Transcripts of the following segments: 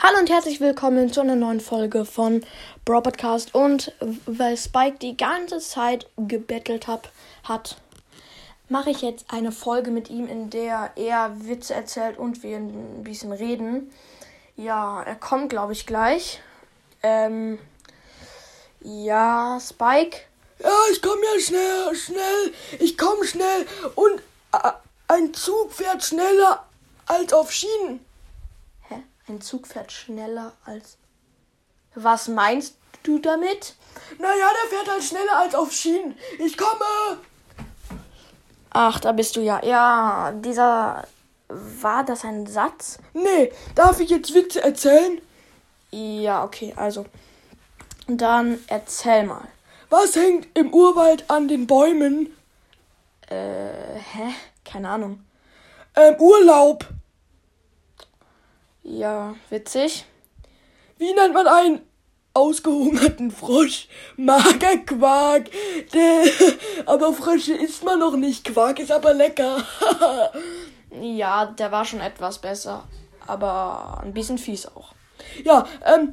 Hallo und herzlich willkommen zu einer neuen Folge von Brawl Podcast. Und weil Spike die ganze Zeit gebettelt hat, mache ich jetzt eine Folge mit ihm, in der er Witze erzählt und wir ein bisschen reden. Ja, er kommt, glaube ich, gleich. Ja, Spike? Ja, ich komme ja schnell. Ich komme schnell. Und ein Zug fährt schneller als auf Schienen. Hä? Ein Zug fährt schneller als... Was meinst du damit? Naja, der fährt halt schneller als auf Schienen. Ich komme. Ach, da bist du ja. Ja, War das ein Satz? Nee, darf ich jetzt Witze erzählen? Ja, okay, also. Dann erzähl mal. Was hängt im Urwald an den Bäumen? Keine Ahnung. Urlaub. Ja, witzig. Wie nennt man einen ausgehungerten Frosch? Magerquark. Aber Frösche isst man noch nicht. Quark ist aber lecker. Ja, der war schon etwas besser. Aber ein bisschen fies auch. Ja,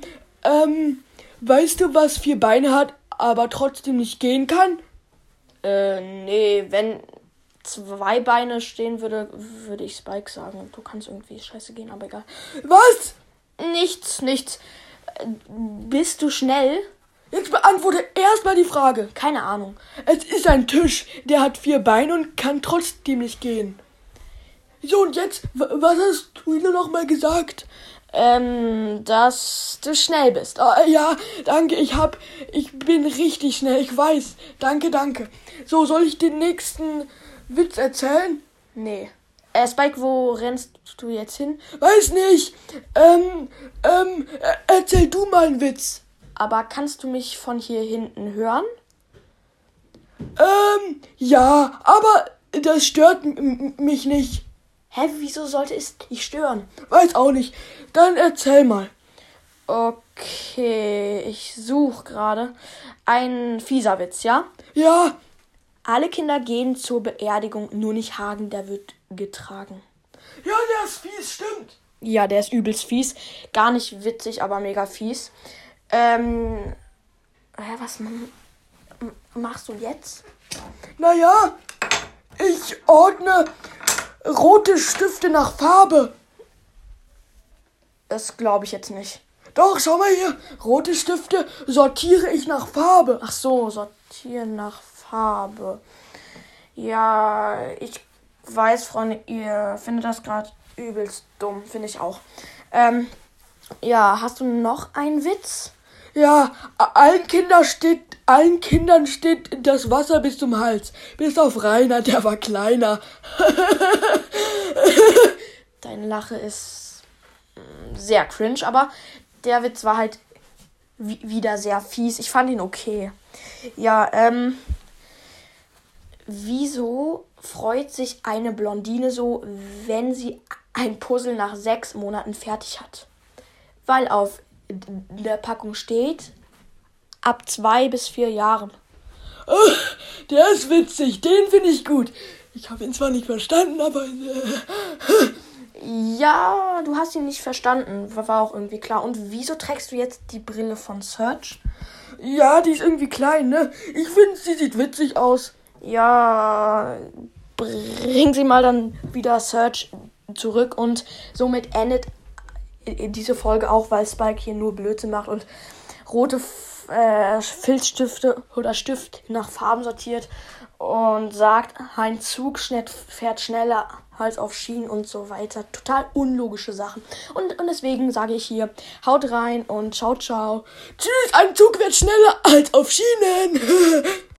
weißt du, was 4 Beine hat, aber trotzdem nicht gehen kann? Nee, wenn 2 Beine stehen würde ich Spike sagen. Du kannst irgendwie scheiße gehen, aber egal. Was? Nichts. Bist du schnell? Jetzt beantworte erstmal die Frage. Keine Ahnung. Es ist ein Tisch, der hat 4 Beine und kann trotzdem nicht gehen. So, und jetzt, was hast du ihm noch mal gesagt? Dass du schnell bist. Ja, danke, ich bin richtig schnell, ich weiß. Danke. So, soll ich den nächsten Witz erzählen? Nee. Spike, wo rennst du jetzt hin? Weiß nicht. Erzähl du mal einen Witz. Aber kannst du mich von hier hinten hören? Ja, aber das stört mich nicht. Hä, wieso sollte es dich stören? Weiß auch nicht. Dann erzähl mal. Okay, ich suche gerade. Ein fieser Witz, ja? Ja. Alle Kinder gehen zur Beerdigung, nur nicht Hagen, der wird getragen. Ja, der ist fies, stimmt. Ja, der ist übelst fies. Gar nicht witzig, aber mega fies. Was machst du jetzt? Naja, ich ordne rote Stifte nach Farbe. Das glaube ich jetzt nicht. Doch, schau mal hier. Rote Stifte sortiere ich nach Farbe. Ach so, sortieren nach Farbe. Ja, ich weiß, Freunde, ihr findet das gerade übelst dumm. Finde ich auch. Ja, hast du noch einen Witz? Ja, allen Kindern steht das Wasser bis zum Hals. Bis auf Rainer, der war kleiner. Deine Lache ist sehr cringe, aber der Witz war halt wieder sehr fies. Ich fand ihn okay. Ja, wieso freut sich eine Blondine so, wenn sie ein Puzzle nach 6 Monaten fertig hat? Weil auf der Packung steht, ab 2 bis 4 Jahren. Der ist witzig, den finde ich gut. Ich habe ihn zwar nicht verstanden, aber... Ja, du hast ihn nicht verstanden, war auch irgendwie klar. Und wieso trägst du jetzt die Brille von Search? Ja, die ist irgendwie klein, ne? Ich finde, sie sieht witzig aus. Ja, bring sie mal dann wieder Search zurück und somit endet diese Folge auch, weil Spike hier nur Blödsinn macht und rote Filzstifte oder Stift nach Farben sortiert und sagt, ein Zug fährt schneller als auf Schienen und so weiter. Total unlogische Sachen. Und deswegen sage ich hier, haut rein und ciao. Tschüss, ein Zug wird schneller als auf Schienen.